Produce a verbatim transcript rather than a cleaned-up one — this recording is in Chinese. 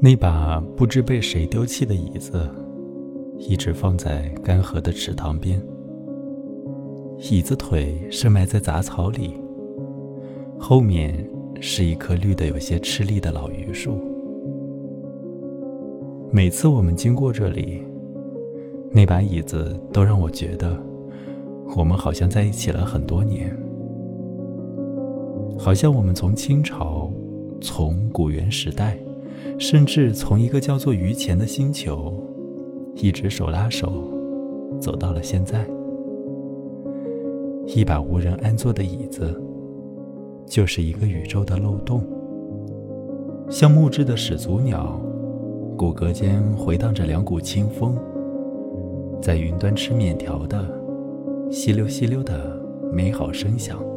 那把不知被谁丢弃的椅子，一直放在干涸的池塘边。椅子腿是埋在杂草里，后面是一棵绿得有些吃力的老榆树。每次我们经过这里，那把椅子都让我觉得我们好像在一起了很多年，好像我们从清朝，从古元时代，甚至从一个叫做于前的星球，一直手拉手走到了现在。一把无人安坐的椅子，就是一个宇宙的漏洞，像木质的始祖鸟，骨骼间回荡着两股清风，在云端吃面条的稀溜稀溜的美好声响。